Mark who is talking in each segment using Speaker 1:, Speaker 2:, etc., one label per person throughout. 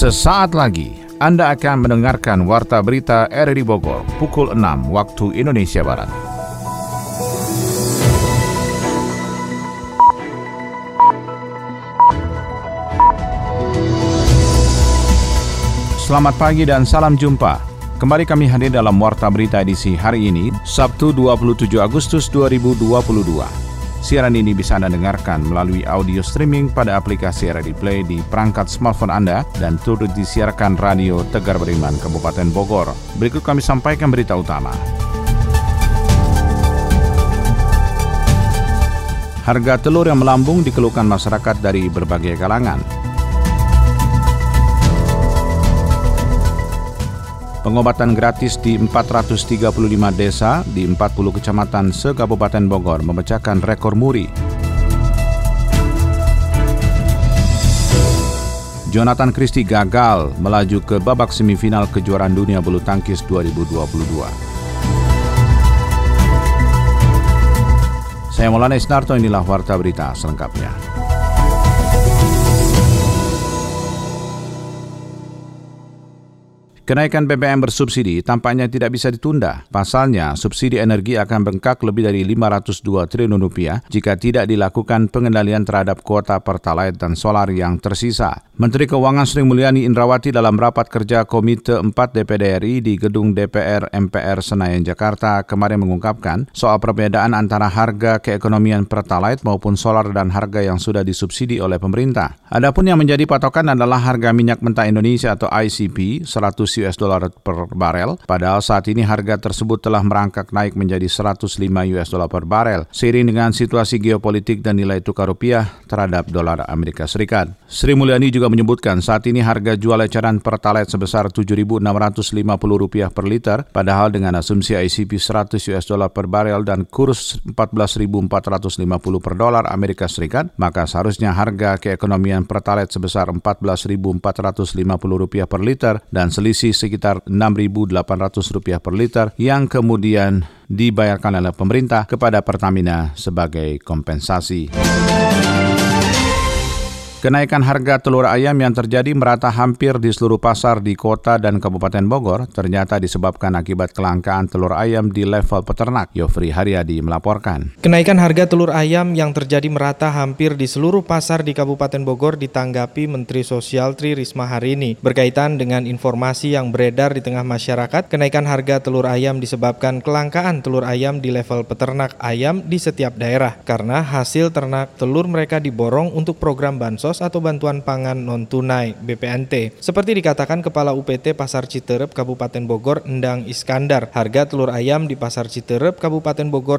Speaker 1: Sesaat lagi Anda akan mendengarkan Warta Berita RRI Bogor pukul 6 waktu Indonesia Barat. Selamat pagi dan salam jumpa. Kembali kami hadir dalam Warta Berita edisi hari ini, Sabtu 27 Agustus 2022. Siaran ini bisa Anda dengarkan melalui audio streaming pada aplikasi RRI Play di perangkat smartphone Anda dan turut disiarkan Radio Tegar Beriman Kabupaten Bogor. Berikut kami sampaikan berita utama. Harga telur yang melambung dikeluhkan masyarakat dari berbagai kalangan. Pengobatan gratis di 435 desa di 40 kecamatan se-Kabupaten Bogor memecahkan rekor muri. Jonathan Christie gagal melaju ke babak semifinal kejuaraan dunia bulu tangkis 2022. Saya Maulana Isnarto, inilah Warta Berita selengkapnya. Kenaikan BBM bersubsidi tampaknya tidak bisa ditunda. Pasalnya, subsidi energi akan bengkak lebih dari 502 triliun rupiah jika tidak dilakukan pengendalian terhadap kuota Pertalite dan solar yang tersisa. Menteri Keuangan Sri Mulyani Indrawati dalam rapat kerja Komite 4 DPD RI di Gedung DPR MPR Senayan, Jakarta kemarin mengungkapkan soal perbedaan antara harga keekonomian Pertalite maupun solar dan harga yang sudah disubsidi oleh pemerintah. Adapun yang menjadi patokan adalah harga minyak mentah Indonesia atau ICP 100 US dollar per barel, padahal saat ini harga tersebut telah merangkak naik menjadi 105 US dollar per barel, seiring dengan situasi geopolitik dan nilai tukar rupiah terhadap dolar Amerika Serikat. Sri Mulyani juga menyebutkan saat ini harga jual eceran Pertalite sebesar Rp7.650 per liter, padahal dengan asumsi ICP 100 US dollar per barel dan kurs 14.450 per dolar Amerika Serikat, maka seharusnya harga keekonomian Pertalite sebesar Rp14.450 per liter dan selisih sekitar Rp6.800 per liter yang kemudian dibayarkan oleh pemerintah kepada Pertamina sebagai kompensasi. Kenaikan harga telur ayam yang terjadi merata hampir di seluruh pasar di kota dan Kabupaten Bogor ternyata disebabkan akibat kelangkaan telur ayam di level peternak. Yofri Haryadi melaporkan.
Speaker 2: Kenaikan harga telur ayam yang terjadi merata hampir di seluruh pasar di Kabupaten Bogor ditanggapi Menteri Sosial Tri Risma hari ini. Berkaitan dengan informasi yang beredar di tengah masyarakat, kenaikan harga telur ayam disebabkan kelangkaan telur ayam di level peternak ayam di setiap daerah karena hasil ternak telur mereka diborong untuk program bansos atau bantuan pangan non-tunai (BPNT). Seperti dikatakan Kepala UPT Pasar Citerep Kabupaten Bogor Endang Iskandar, harga telur ayam di Pasar Citerep Kabupaten Bogor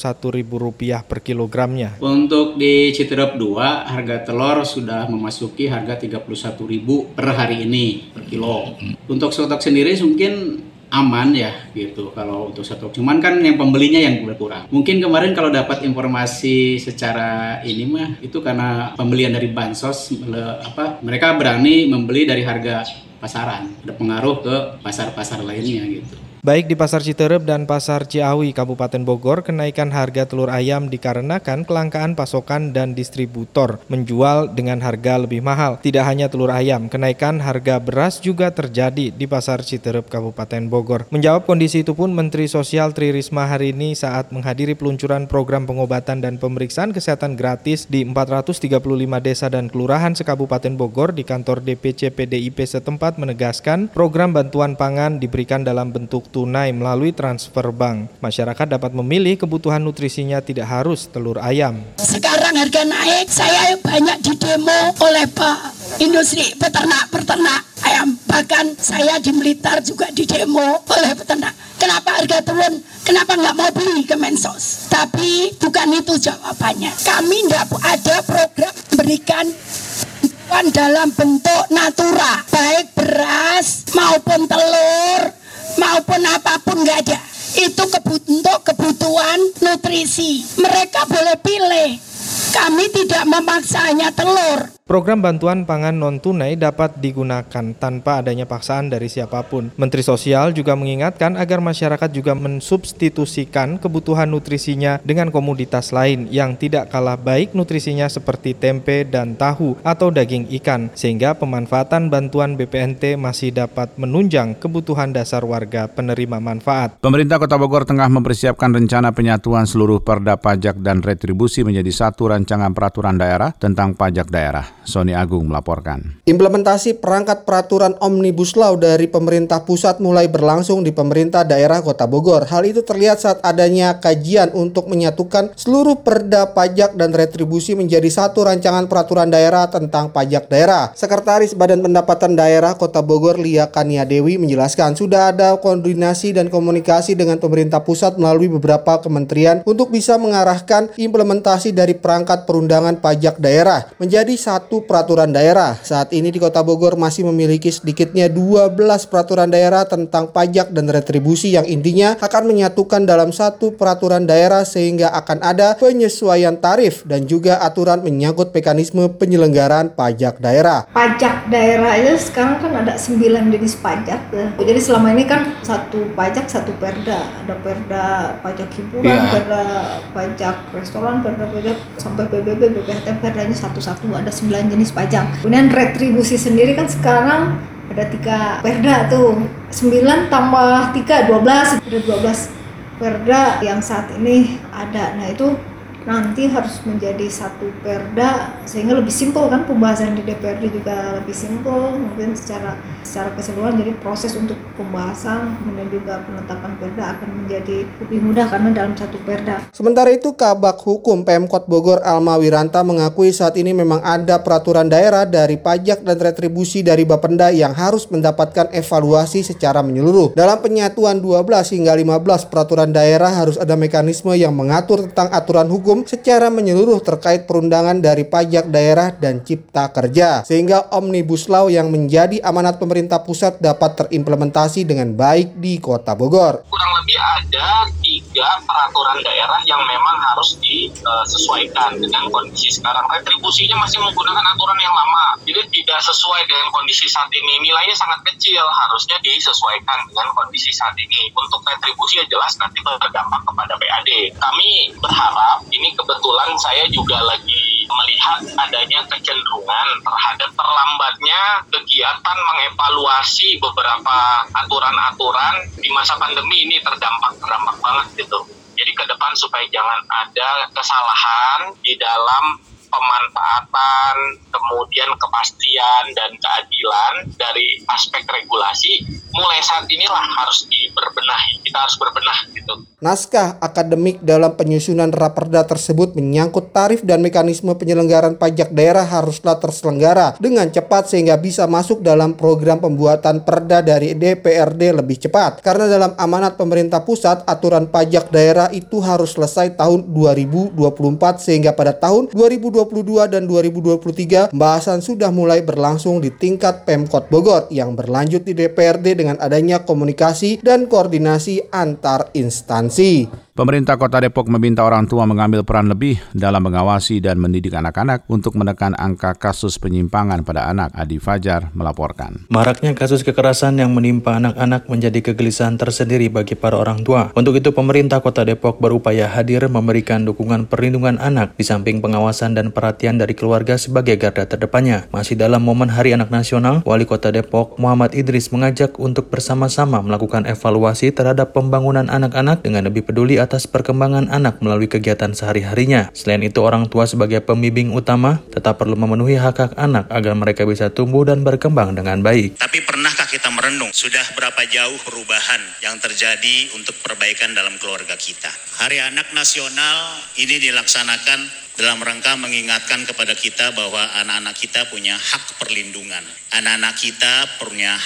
Speaker 2: Rp31.000 per kilogramnya.
Speaker 3: Untuk di Citerep 2, harga telur sudah memasuki harga Rp31.000 per hari ini per kilo. Untuk stok sendiri mungkin aman ya gitu kalau untuk stok, cuman kan yang pembelinya yang berkurang. Mungkin kemarin kalau dapat informasi secara ini mah itu karena pembelian dari bansos, mereka berani membeli dari harga pasaran, ada pengaruh ke pasar-pasar lainnya gitu.
Speaker 2: Baik di Pasar Citerep dan Pasar Ciawi Kabupaten Bogor, kenaikan harga telur ayam dikarenakan kelangkaan pasokan dan distributor menjual dengan harga lebih mahal. Tidak hanya telur ayam, kenaikan harga beras juga terjadi di Pasar Citerep Kabupaten Bogor. Menjawab kondisi itu pun Menteri Sosial Tri Risma hari ini saat menghadiri peluncuran program pengobatan dan pemeriksaan kesehatan gratis di 435 desa dan kelurahan se-Kabupaten Bogor di kantor DPC PDIP setempat menegaskan program bantuan pangan diberikan dalam bentuk tunai melalui transfer bank. Masyarakat dapat memilih kebutuhan nutrisinya, tidak harus telur ayam.
Speaker 4: Sekarang harga naik, saya banyak didemo oleh Pak Industri peternak ayam. Bahkan saya di Blitar juga didemo oleh peternak. Kenapa harga turun? Kenapa nggak mau beli ke Mensos? Tapi bukan itu jawabannya. Kami tidak ada program berikan dalam bentuk natura, baik beras maupun telur maupun apapun nggak ada. Itu untuk kebutuhan nutrisi. Mereka boleh pilih. Kami tidak memaksa hanya telur.
Speaker 2: Program bantuan pangan non-tunai dapat digunakan tanpa adanya paksaan dari siapapun. Menteri Sosial juga mengingatkan agar masyarakat juga mensubstitusikan kebutuhan nutrisinya dengan komoditas lain yang tidak kalah baik nutrisinya seperti tempe dan tahu atau daging ikan, sehingga pemanfaatan bantuan BPNT masih dapat menunjang kebutuhan dasar warga penerima manfaat.
Speaker 1: Pemerintah Kota Bogor tengah mempersiapkan rencana penyatuan seluruh perda pajak dan retribusi menjadi satu rancangan peraturan daerah tentang pajak daerah. Sony Agung melaporkan.
Speaker 5: Implementasi perangkat peraturan Omnibus Law dari pemerintah pusat mulai berlangsung di pemerintah daerah Kota Bogor. Hal itu terlihat saat adanya kajian untuk menyatukan seluruh perda pajak dan retribusi menjadi satu rancangan peraturan daerah tentang pajak daerah. Sekretaris Badan Pendapatan Daerah Kota Bogor Lia Kania Dewi menjelaskan sudah ada koordinasi dan komunikasi dengan pemerintah pusat melalui beberapa kementerian untuk bisa mengarahkan implementasi dari perangkat perundangan pajak daerah menjadi satu peraturan daerah. Saat ini di Kota Bogor masih memiliki sedikitnya 12 peraturan daerah tentang pajak dan retribusi yang intinya akan menyatukan dalam satu peraturan daerah sehingga akan ada penyesuaian tarif dan juga aturan menyangkut mekanisme penyelenggaraan pajak daerah.
Speaker 6: Pajak daerah itu sekarang kan ada 9 jenis pajak ya. Jadi selama ini kan satu pajak satu perda. Ada perda pajak hiburan, perda pajak restoran, perda pajak sampai PBB, BPHT, perdanya satu-satu ada 9 jenis pajak. Kemudian retribusi sendiri kan sekarang ada 3 perda tuh. 9 tambah 3, 12. Ada 12 perda yang saat ini ada. Nah itu nanti harus menjadi satu perda sehingga lebih simpel kan, pembahasan di DPRD juga lebih simpel, mungkin secara keseluruhan. Jadi proses untuk pembahasan kemudian juga penetapan perda akan menjadi lebih mudah karena dalam satu perda.
Speaker 5: Sementara itu Kabak Hukum Pemkot Bogor Alma Wiranta mengakui saat ini memang ada peraturan daerah dari pajak dan retribusi dari Bapenda yang harus mendapatkan evaluasi secara menyeluruh. Dalam penyatuan 12 hingga 15 peraturan daerah harus ada mekanisme yang mengatur tentang aturan hukum secara menyeluruh terkait perundangan dari pajak daerah dan cipta kerja, sehingga Omnibus Law yang menjadi amanat pemerintah pusat dapat terimplementasi dengan baik di Kota Bogor.
Speaker 7: Kurang lebih ada 3 peraturan daerah yang memang harus disesuaikan dengan kondisi sekarang. Retribusinya masih menggunakan aturan yang lama, jadi tidak sesuai dengan kondisi saat ini. Nilainya sangat kecil, harusnya disesuaikan dengan kondisi saat ini. Untuk retribusi jelas nanti berdampak kepada PAD. Kami berharap, ini kebetulan saya juga lagi melihat adanya kecenderungan terhadap terlambatnya kegiatan mengevaluasi beberapa aturan-aturan di masa pandemi ini terdampak banget gitu. Jadi ke depan supaya jangan ada kesalahan di dalam pemanfaatan, kemudian kepastian dan keadilan dari aspek regulasi, mulai saat inilah harus diberbenahi. Kita harus berbenah gitu.
Speaker 5: Naskah akademik dalam penyusunan raperda tersebut menyangkut tarif dan mekanisme penyelenggaraan pajak daerah haruslah terselenggara dengan cepat sehingga bisa masuk dalam program pembuatan perda dari DPRD lebih cepat. Karena dalam amanat pemerintah pusat, aturan pajak daerah itu harus selesai tahun 2024 sehingga pada tahun 2022 dan 2023 pembahasan sudah mulai berlangsung di tingkat Pemkot Bogor yang berlanjut di DPRD dengan adanya komunikasi dan koordinasi antar instansi.
Speaker 1: Pemerintah Kota Depok meminta orang tua mengambil peran lebih dalam mengawasi dan mendidik anak-anak untuk menekan angka kasus penyimpangan pada anak. Adi Fajar melaporkan.
Speaker 8: Maraknya kasus kekerasan yang menimpa anak-anak menjadi kegelisahan tersendiri bagi para orang tua. Untuk itu pemerintah Kota Depok berupaya hadir memberikan dukungan perlindungan anak di samping pengawasan dan perhatian dari keluarga sebagai garda terdepannya. Masih dalam momen Hari Anak Nasional, Wali Kota Depok Muhammad Idris mengajak untuk bersama-sama melakukan evaluasi terhadap pembangunan anak-anak dengan lebih peduli atas perkembangan anak melalui kegiatan sehari-harinya. Selain itu, orang tua sebagai pembimbing utama tetap perlu memenuhi hak-hak anak agar mereka bisa tumbuh dan berkembang dengan baik.
Speaker 9: Tapi pernahkah kita merenung sudah berapa jauh perubahan yang terjadi untuk perbaikan dalam keluarga kita? Hari Anak Nasional ini dilaksanakan dalam rangka mengingatkan kepada kita bahwa anak-anak kita punya hak perlindungan. Anak-anak kita punya hak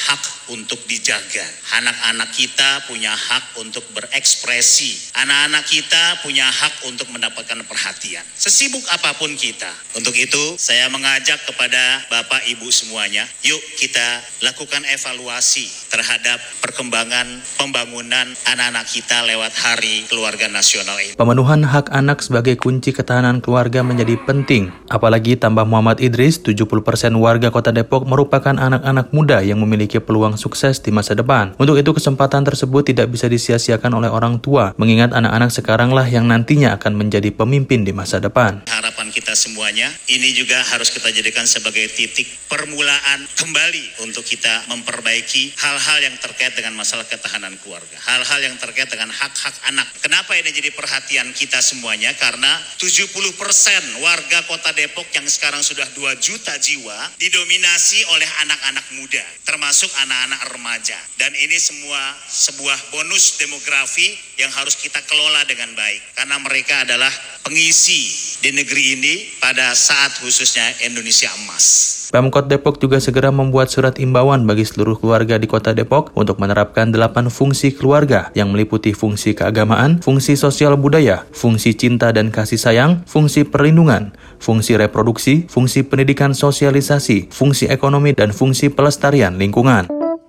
Speaker 9: untuk dijaga. Anak-anak kita punya hak untuk berekspresi. Anak-anak kita punya hak untuk mendapatkan perhatian. Sesibuk apapun kita. Untuk itu, saya mengajak kepada Bapak Ibu semuanya, yuk kita lakukan evaluasi terhadap perkembangan pembangunan anak-anak kita lewat Hari Keluarga Nasional ini.
Speaker 8: Pemenuhan hak anak sebagai kunci ketahanan keluarga menjadi penting. Apalagi tambah Muhammad Idris, 70% warga Kota Depok merupakan anak-anak muda yang memiliki peluang sukses di masa depan. Untuk itu kesempatan tersebut tidak bisa disia-siakan oleh orang tua, mengingat anak-anak sekaranglah yang nantinya akan menjadi pemimpin di masa depan.
Speaker 9: Harapan kita semuanya, ini juga harus kita jadikan sebagai titik permulaan kembali untuk kita memperbaiki hal-hal yang terkait dengan masalah ketahanan keluarga, hal-hal yang terkait dengan hak-hak anak. Kenapa ini jadi perhatian kita semuanya? Karena 70% warga Kota Depok yang sekarang sudah 2 juta jiwa didominasi oleh anak-anak muda, termasuk anak-anak remaja. Dan ini semua sebuah bonus demografi yang harus kita kelola dengan baik, karena mereka adalah pengisi di negeri ini pada saat khususnya Indonesia Emas.
Speaker 8: Pemkot Depok juga segera membuat surat imbauan bagi seluruh keluarga di Kota Depok untuk menerapkan 8 fungsi keluarga yang meliputi fungsi keagamaan, fungsi sosial budaya, fungsi cinta dan kasih sayang, fungsi perlindungan, fungsi reproduksi, fungsi pendidikan sosialisasi, fungsi ekonomi, dan fungsi pelestarian lingkungan.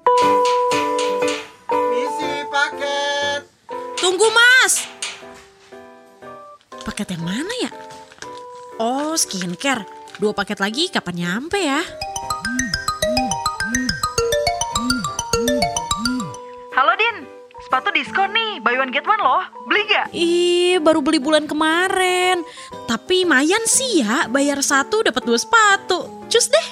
Speaker 10: Tunggu, Mas! Paket yang mana ya? Oh, skincare. 2 paket lagi kapan nyampe ya?
Speaker 11: Halo Din, sepatu diskon nih, buy one get one loh, beli gak?
Speaker 10: Ih, baru beli bulan kemarin. Tapi mayan sih ya, bayar 1 dapat 2 sepatu. Cus deh.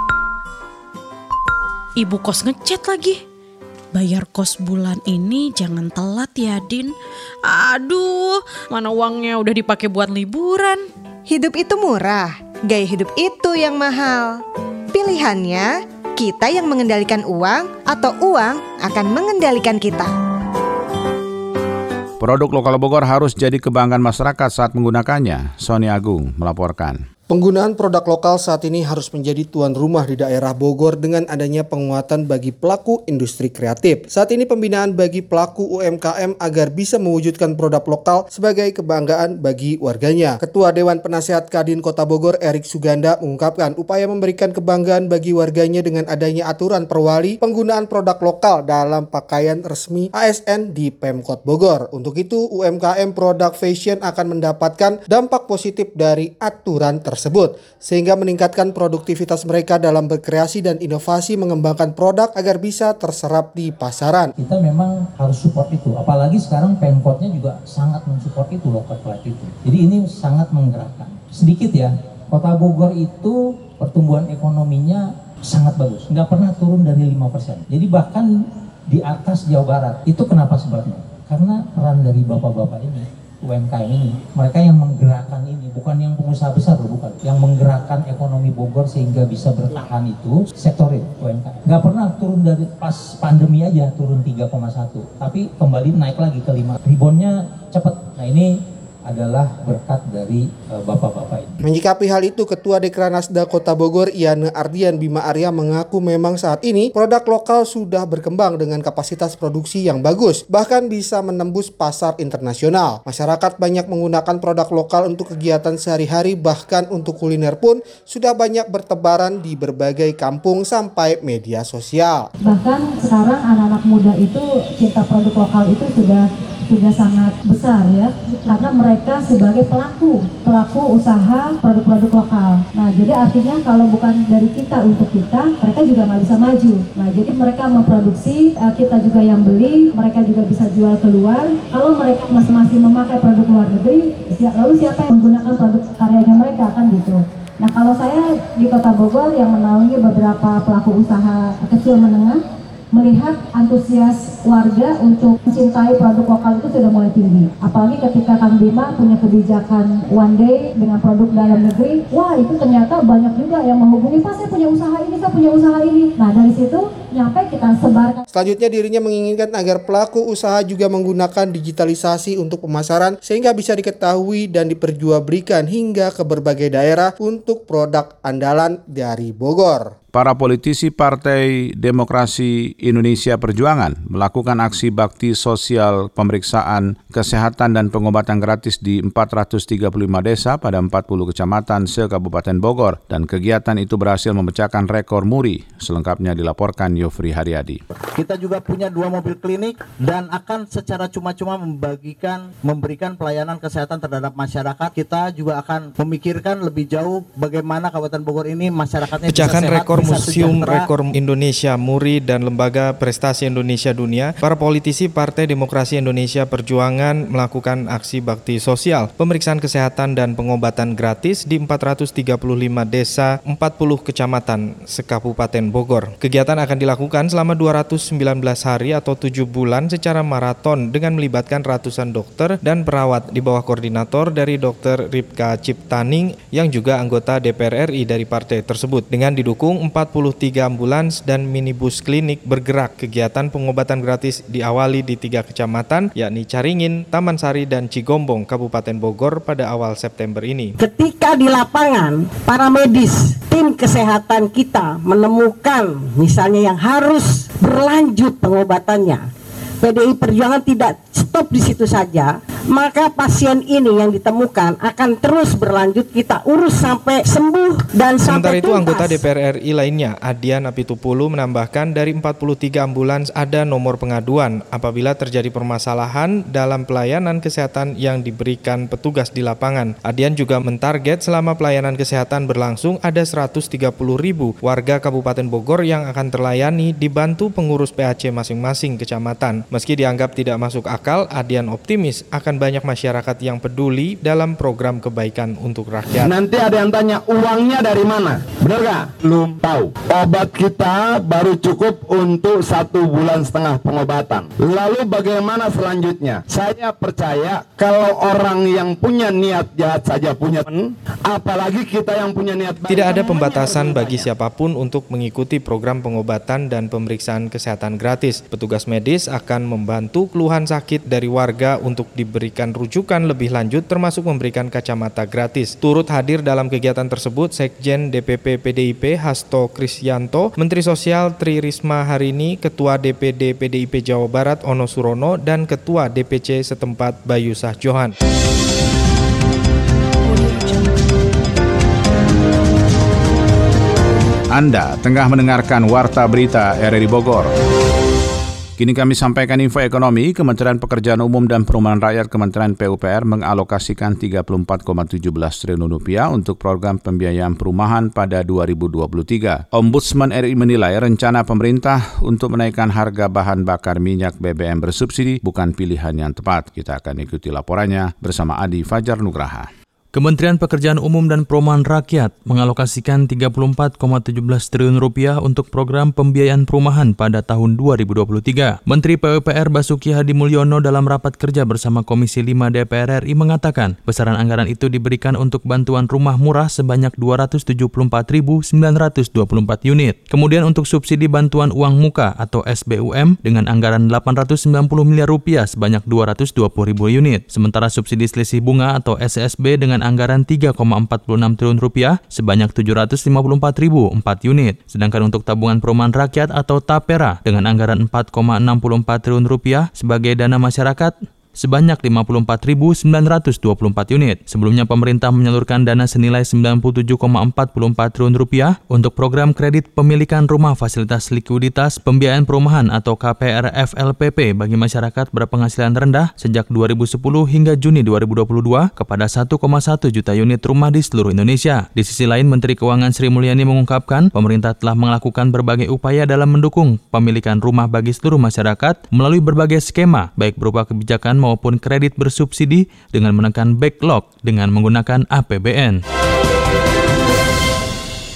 Speaker 10: Ibu kos ngechat lagi. Bayar kos bulan ini jangan telat ya, Din. Aduh, mana uangnya udah dipakai buat liburan.
Speaker 12: Hidup itu murah, gaya hidup itu yang mahal. Pilihannya, kita yang mengendalikan uang atau uang akan mengendalikan kita.
Speaker 1: Produk lokal Bogor harus jadi kebanggaan masyarakat saat menggunakannya. Sony Agung melaporkan.
Speaker 5: Penggunaan produk lokal saat ini harus menjadi tuan rumah di daerah Bogor dengan adanya penguatan bagi pelaku industri kreatif. Saat ini pembinaan bagi pelaku UMKM agar bisa mewujudkan produk lokal sebagai kebanggaan bagi warganya. Ketua Dewan Penasehat Kadin Kota Bogor Erik Suganda mengungkapkan upaya memberikan kebanggaan bagi warganya dengan adanya aturan perwali penggunaan produk lokal dalam pakaian resmi ASN di Pemkot Bogor. Untuk itu UMKM produk fashion akan mendapatkan dampak positif dari aturan tersebut, sehingga meningkatkan produktivitas mereka dalam berkreasi dan inovasi mengembangkan produk agar bisa terserap di pasaran.
Speaker 13: Kita memang harus support itu, apalagi sekarang Pemkotnya juga sangat mensupport itu, local pride itu. Jadi ini sangat menggerakkan. Sedikit ya, Kota Bogor itu pertumbuhan ekonominya sangat bagus, nggak pernah turun dari 5%. Jadi bahkan di atas Jawa Barat. Itu kenapa sebabnya? Karena peran dari bapak-bapak ini, UMKM ini, mereka yang menggerakkan ini, bukan yang pengusaha besar loh, bukan. Yang menggerakkan ekonomi Bogor sehingga bisa bertahan itu sektor itu, UMKM. Nggak pernah turun dari pas pandemi aja, turun 3,1. Tapi kembali naik lagi ke 5. Reboundnya cepat. Nah ini adalah berkat dari bapak-bapak ini.
Speaker 5: Menyikapi hal itu, Ketua Dekranasda Kota Bogor Iyane Ardian Bima Arya mengaku memang saat ini produk lokal sudah berkembang dengan kapasitas produksi yang bagus, bahkan bisa menembus pasar internasional. Masyarakat banyak menggunakan produk lokal untuk kegiatan sehari-hari, bahkan untuk kuliner pun sudah banyak bertebaran di berbagai kampung sampai media sosial.
Speaker 14: Bahkan sekarang anak-anak muda itu cinta produk lokal itu sudah sangat besar ya, karena mereka sebagai pelaku usaha produk-produk lokal. Nah jadi artinya kalau bukan dari kita untuk kita, mereka juga nggak bisa maju. Nah jadi mereka memproduksi, kita juga yang beli, mereka juga bisa jual keluar. Kalau mereka masih memakai produk luar negeri, lalu siapa yang menggunakan produk karyanya mereka, kan gitu. Nah kalau saya di Kota Bogor yang menaungi beberapa pelaku usaha kecil menengah, melihat antusias warga untuk mencintai produk lokal itu sudah mulai tinggi. Apalagi ketika Kang Bima punya kebijakan one day dengan produk dalam negeri, wah itu ternyata banyak juga yang menghubungi, Pak saya punya usaha ini, saya punya usaha ini. Nah dari situ nyampe kita sebarkan.
Speaker 5: Selanjutnya dirinya menginginkan agar pelaku usaha juga menggunakan digitalisasi untuk pemasaran sehingga bisa diketahui dan diperjualbelikan hingga ke berbagai daerah untuk produk andalan dari Bogor.
Speaker 1: Para politisi Partai Demokrasi Indonesia Perjuangan melakukan aksi bakti sosial pemeriksaan kesehatan dan pengobatan gratis di 435 desa pada 40 kecamatan se-Kabupaten Bogor dan kegiatan itu berhasil memecahkan rekor muri. Selengkapnya dilaporkan Yofri Haryadi.
Speaker 15: Kita juga punya 2 mobil klinik dan akan secara cuma-cuma memberikan pelayanan kesehatan terhadap masyarakat. Kita juga akan memikirkan lebih jauh bagaimana Kabupaten Bogor ini masyarakatnya bisa sehat.
Speaker 2: Rekor Museum Rekor Indonesia, MURI, dan Lembaga Prestasi Indonesia Dunia, para politisi Partai Demokrasi Indonesia Perjuangan melakukan aksi bakti sosial, pemeriksaan kesehatan dan pengobatan gratis di 435 desa 40 kecamatan se-Kabupaten Bogor. Kegiatan akan dilakukan selama 219 hari atau 7 bulan secara maraton dengan melibatkan ratusan dokter dan perawat di bawah koordinator dari Dr. Ripka Ciptaning yang juga anggota DPR RI dari partai tersebut. Dengan didukung 43 ambulans dan minibus klinik bergerak, kegiatan pengobatan gratis diawali di 3 kecamatan yakni Caringin, Taman Sari, dan Cigombong, Kabupaten Bogor pada awal September ini.
Speaker 16: Ketika di lapangan, para medis, tim kesehatan kita menemukan misalnya yang harus berlanjut pengobatannya, PDI Perjuangan tidak stop di situ saja, maka pasien ini yang ditemukan akan terus berlanjut, kita urus sampai sembuh dan sampai tuntas. Sementara
Speaker 2: itu anggota DPR RI lainnya, Adian Apitupulu, menambahkan dari 43 ambulans ada nomor pengaduan apabila terjadi permasalahan dalam pelayanan kesehatan yang diberikan petugas di lapangan. Adian juga mentarget selama pelayanan kesehatan berlangsung ada 130.000 warga Kabupaten Bogor yang akan terlayani dibantu pengurus PAC masing-masing kecamatan. Meski dianggap tidak masuk akal, Adian optimis akan banyak masyarakat yang peduli dalam program kebaikan untuk rakyat.
Speaker 17: Nanti ada yang tanya uangnya dari mana, benar gak? Belum tahu. Obat kita baru cukup untuk 1,5 bulan pengobatan. Lalu bagaimana selanjutnya? Saya percaya kalau orang yang punya niat jahat saja punya, apalagi kita yang punya niat baik.
Speaker 2: Tidak ada pembatasan bagi siapapun untuk mengikuti program pengobatan dan pemeriksaan kesehatan gratis. Petugas medis akan membantu keluhan sakit dari warga untuk diberikan rujukan lebih lanjut termasuk memberikan kacamata gratis. Turut hadir dalam kegiatan tersebut Sekjen DPP PDIP Hasto Krisyanto, Menteri Sosial Tri Risma Harini, Ketua DPD PDIP Jawa Barat Ono Surono, dan Ketua DPC setempat Bayu Sahjohan.
Speaker 1: Anda tengah mendengarkan Warta Berita RRI Bogor. Kini kami sampaikan info ekonomi. Kementerian Pekerjaan Umum dan Perumahan Rakyat Kementerian PUPR mengalokasikan Rp34,17 triliun untuk program pembiayaan perumahan pada 2023. Ombudsman RI menilai rencana pemerintah untuk menaikkan harga bahan bakar minyak BBM bersubsidi bukan pilihan yang tepat. Kita akan ikuti laporannya bersama Adi Fajar Nugraha.
Speaker 8: Kementerian Pekerjaan Umum dan Perumahan Rakyat mengalokasikan Rp34,17 triliun untuk program pembiayaan perumahan pada tahun 2023. Menteri PUPR Basuki Hadi Mulyono dalam rapat kerja bersama Komisi 5 DPR RI mengatakan besaran anggaran itu diberikan untuk bantuan rumah murah sebanyak 274.924 unit. Kemudian untuk subsidi bantuan uang muka atau SBUM dengan anggaran Rp890 miliar sebanyak 220.000 unit. Sementara subsidi selisih bunga atau SSB dengan anggaran Rp3,46 triliun sebanyak 754.004 unit. Sedangkan untuk tabungan perumahan rakyat atau TAPERA dengan anggaran Rp4,64 triliun sebagai dana masyarakat sebanyak 54.924 unit. Sebelumnya pemerintah menyalurkan dana senilai Rp97,44 triliun untuk program kredit pemilikan rumah fasilitas likuiditas pembiayaan perumahan atau KPR-FLPP bagi masyarakat berpenghasilan rendah sejak 2010 hingga Juni 2022 kepada 1,1 juta unit rumah di seluruh Indonesia. Di sisi lain, Menteri Keuangan Sri Mulyani mengungkapkan pemerintah telah melakukan berbagai upaya dalam mendukung pemilikan rumah bagi seluruh masyarakat melalui berbagai skema, baik berupa kebijakan maupun kredit bersubsidi dengan menekan backlog dengan menggunakan APBN.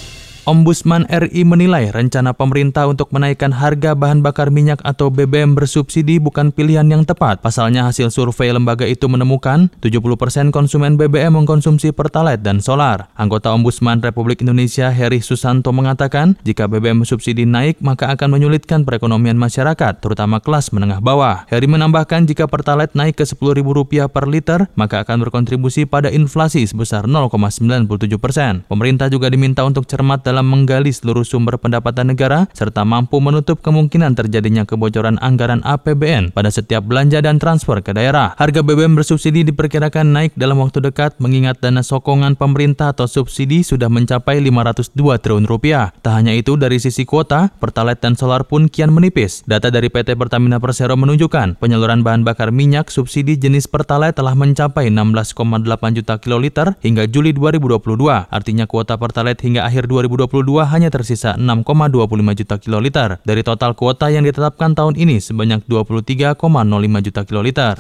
Speaker 8: Ombudsman RI menilai rencana pemerintah untuk menaikkan harga bahan bakar minyak atau BBM bersubsidi bukan pilihan yang tepat. Pasalnya hasil survei lembaga itu menemukan 70% konsumen BBM mengkonsumsi Pertalite dan solar. Anggota Ombudsman Republik Indonesia Heri Susanto mengatakan jika BBM subsidi naik maka akan menyulitkan perekonomian masyarakat, terutama kelas menengah bawah. Heri menambahkan jika Pertalite naik ke Rp10.000 per liter maka akan berkontribusi pada inflasi sebesar 0,97%. Pemerintah juga diminta untuk cermat dalam menggali seluruh sumber pendapatan negara serta mampu menutup kemungkinan terjadinya kebocoran anggaran APBN pada setiap belanja dan transfer ke daerah. Harga BBM bersubsidi diperkirakan naik dalam waktu dekat mengingat dana sokongan pemerintah atau subsidi sudah mencapai Rp502 triliun. Tak hanya itu, dari sisi kuota, Pertalite dan solar pun kian menipis. Data dari PT Pertamina Persero menunjukkan penyaluran bahan bakar minyak subsidi jenis Pertalite telah mencapai 16,8 juta kiloliter hingga Juli 2022. Artinya kuota Pertalite hingga akhir 2022 hanya tersisa 6,25 juta kiloliter dari total kuota yang ditetapkan tahun ini sebanyak 23,05 juta kiloliter.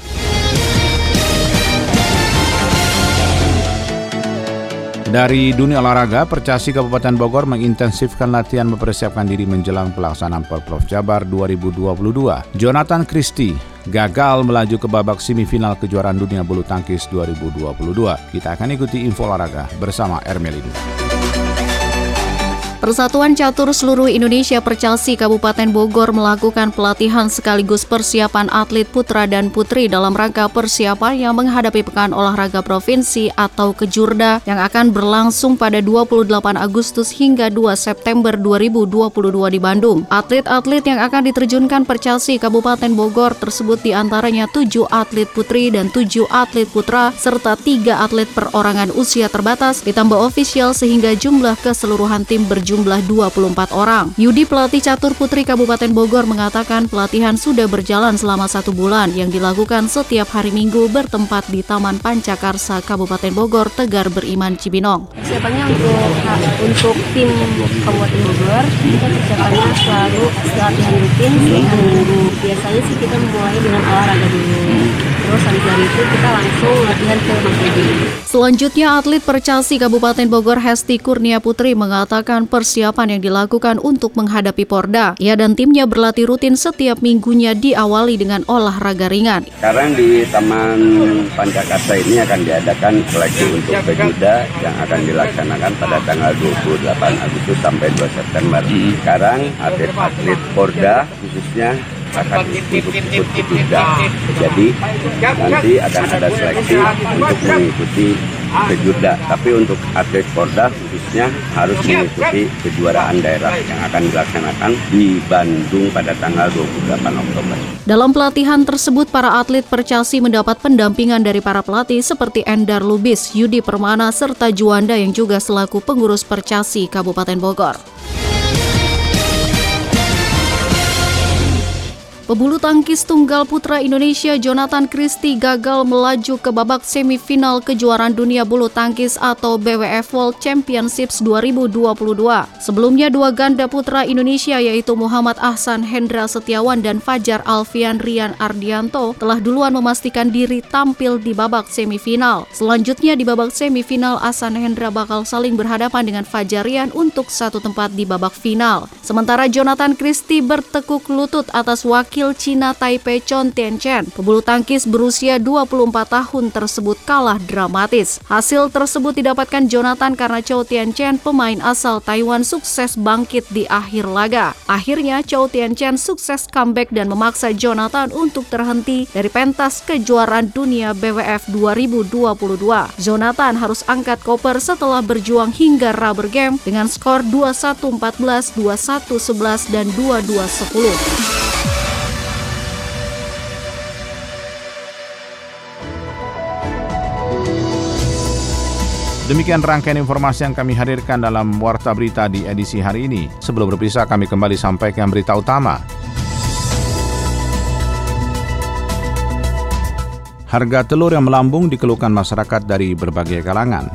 Speaker 1: Dari dunia olahraga, Percasi Kabupaten Bogor mengintensifkan latihan mempersiapkan diri menjelang pelaksanaan Porprov Jabar 2022. Jonathan Christie gagal melaju ke babak semifinal kejuaraan dunia bulu tangkis 2022. Kita akan ikuti info olahraga bersama Ermelin.
Speaker 18: Persatuan Catur Seluruh Indonesia Percasi Kabupaten Bogor melakukan pelatihan sekaligus persiapan atlet putra dan putri dalam rangka persiapan yang menghadapi Pekan Olahraga Provinsi atau Kejurda yang akan berlangsung pada 28 Agustus hingga 2 September 2022 di Bandung. Atlet-atlet yang akan diterjunkan Percasi Kabupaten Bogor tersebut diantaranya 7 atlet putri dan 7 atlet putra serta 3 atlet perorangan usia terbatas ditambah ofisial sehingga jumlah keseluruhan tim berjumlah 24 orang. Yudi, pelatih catur putri Kabupaten Bogor, mengatakan pelatihan sudah berjalan selama 1 bulan yang dilakukan setiap hari Minggu bertempat di Taman Pancakarsa Kabupaten Bogor, Tegar Beriman, Cibinong.
Speaker 19: Persiapannya untuk tim Kabupaten Bogor, kita persiapannya selalu latihan rutin setiap minggu. Biasanya sih kita mulai dengan olahraga dulu. Terus habis dari itu kita langsung latihan ke Mangkubi.
Speaker 18: Selanjutnya, atlet Percasi Kabupaten Bogor Hesti Kurnia Putri mengatakan persiapan yang dilakukan untuk menghadapi Porda. Ia dan timnya berlatih rutin setiap minggunya diawali dengan olahraga ringan.
Speaker 20: Sekarang di Taman Pancakarsa ini akan diadakan seleksi untuk Kejurda yang akan dilaksanakan pada tanggal 28 Agustus sampai 2 September. Sekarang atlet-atlet Porda khususnya akan ikut Kejurda. Jadi nanti akan ada seleksi untuk mengikuti Kejurda. Tapi untuk atlet Porda khususnya harus mengikuti kejuaraan daerah yang akan dilaksanakan di Bandung pada tanggal 28 Oktober.
Speaker 18: Dalam pelatihan tersebut, para atlet Percasi mendapat pendampingan dari para pelatih seperti Endar Lubis, Yudi Permana, serta Juanda yang juga selaku pengurus Percasi Kabupaten Bogor. Pebulu tangkis tunggal putra Indonesia Jonathan Christie gagal melaju ke babak semifinal kejuaraan dunia bulu tangkis atau BWF World Championships 2022. Sebelumnya, 2 ganda putra Indonesia yaitu Muhammad Ahsan Hendra Setiawan dan Fajar Alfian Rian Ardianto telah duluan memastikan diri tampil di babak semifinal. Selanjutnya di babak semifinal, Ahsan Hendra bakal saling berhadapan dengan Fajar Rian untuk 1 tempat di babak final. Sementara Jonathan Christie bertekuk lutut atas wakil Cina Taipei Chou Tianchen. Pebulu tangkis berusia 24 tahun tersebut kalah dramatis. Hasil tersebut didapatkan Jonathan karena Chou Tianchen, pemain asal Taiwan, sukses bangkit di akhir laga. Akhirnya Chou Tianchen sukses comeback dan memaksa Jonathan untuk terhenti dari pentas kejuaraan dunia BWF 2022. Jonathan harus angkat koper setelah berjuang hingga rubber game dengan skor 21-14, 21-11, dan 22-10.
Speaker 1: Demikian rangkaian informasi yang kami hadirkan dalam Warta Berita di edisi hari ini. Sebelum berpisah, kami kembali sampaikan berita utama. Harga telur yang melambung dikeluhkan masyarakat dari berbagai kalangan.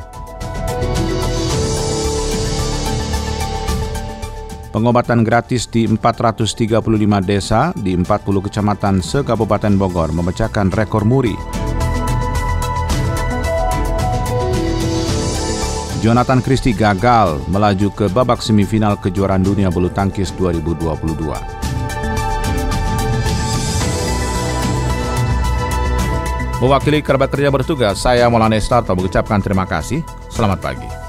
Speaker 1: Pengobatan gratis di 435 desa di 40 kecamatan se-Kabupaten Bogor memecahkan rekor muri. Jonathan Christie gagal melaju ke babak semifinal kejuaraan dunia bulu tangkis 2022. Mewakili kerabat kerja bertugas, saya Maulana Estarto mengucapkan terima kasih. Selamat pagi.